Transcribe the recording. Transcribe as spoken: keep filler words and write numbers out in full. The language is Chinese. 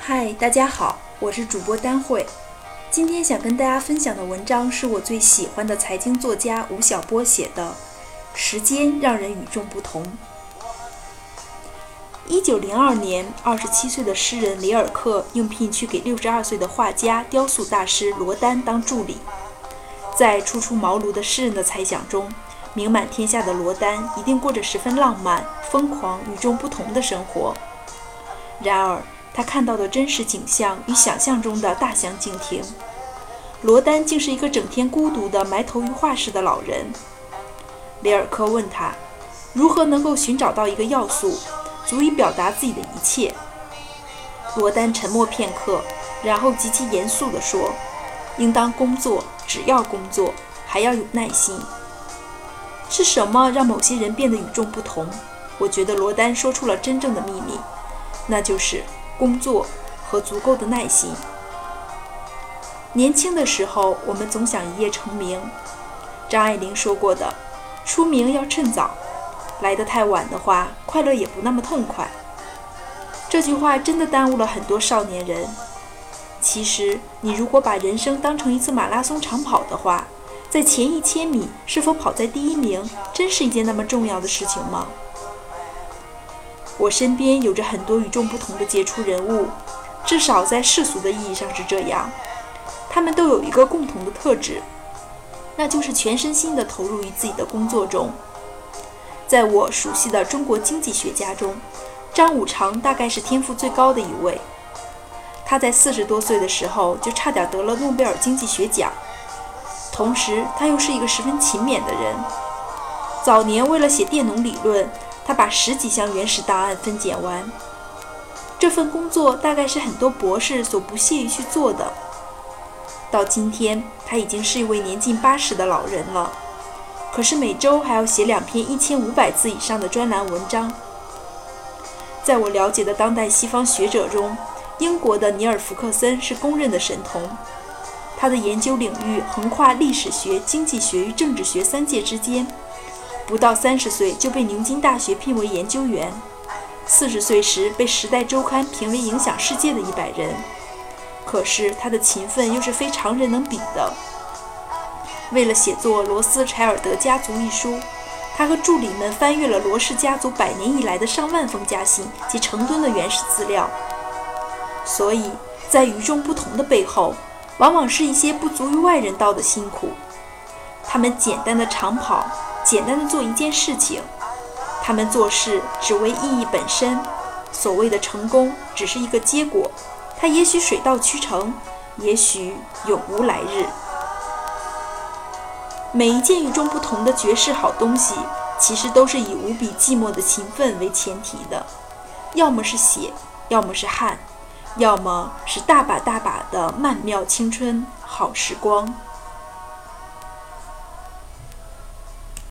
嗨，大家好，我是主播丹慧。今天想跟大家分享的文章是我最喜欢的财经作家吴晓波写的《时间让人与众不同》。一九零二年，二十七岁的诗人里尔克应聘去给六十二岁的画家、雕塑大师罗丹当助理。在初出茅庐的诗人的猜想中，名满天下的罗丹一定过着十分浪漫、疯狂、与众不同的生活。然而，他看到的真实景象与想象中的大相径庭。罗丹竟是一个整天孤独地埋头于画室的老人。里尔克问他，如何能够寻找到一个要素，足以表达自己的一切？罗丹沉默片刻，然后极其严肃地说，应当工作，只要工作，还要有耐心。是什么让某些人变得与众不同？我觉得罗丹说出了真正的秘密，那就是工作和足够的耐心。年轻的时候，我们总想一夜成名。张爱玲说过的，出名要趁早，来得太晚的话，快乐也不那么痛快。这句话真的耽误了很多少年人。其实，你如果把人生当成一次马拉松长跑的话，在前一千米是否跑在第一名，真是一件那么重要的事情吗？我身边有着很多与众不同的杰出人物，至少在世俗的意义上是这样。他们都有一个共同的特质，那就是全身心地投入于自己的工作中。在我熟悉的中国经济学家中，张五常大概是天赋最高的一位。他在四十多岁的时候就差点得了诺贝尔经济学奖，同时他又是一个十分勤勉的人。早年为了写佃农理论，他把十几项原始档案分拣完。这份工作大概是很多博士所不屑于去做的。到今天，他已经是一位年近八十的老人了，可是每周还要写两篇一千五百字以上的专栏文章。在我了解的当代西方学者中，英国的尼尔·福克森是公认的神童。他的研究领域横跨历史学、经济学与政治学三界之间。不到三十岁就被牛津大学聘为研究员，四十岁时被《时代周刊》评为影响世界的一百人。可是他的勤奋又是非常人能比的。为了写作《罗斯柴尔德家族》一书，他和助理们翻阅了罗氏家族百年以来的上万封家信及成吨的原始资料。所以，在与众不同的背后，往往是一些不足于外人道的辛苦。他们简单的长跑，简单的做一件事情，他们做事只为意义本身。所谓的成功只是一个结果，它也许水到渠成，也许永无来日。每一件与众不同的绝世好东西，其实都是以无比寂寞的勤奋为前提的，要么是血，要么是汗，要么是大把大把的曼妙青春好时光。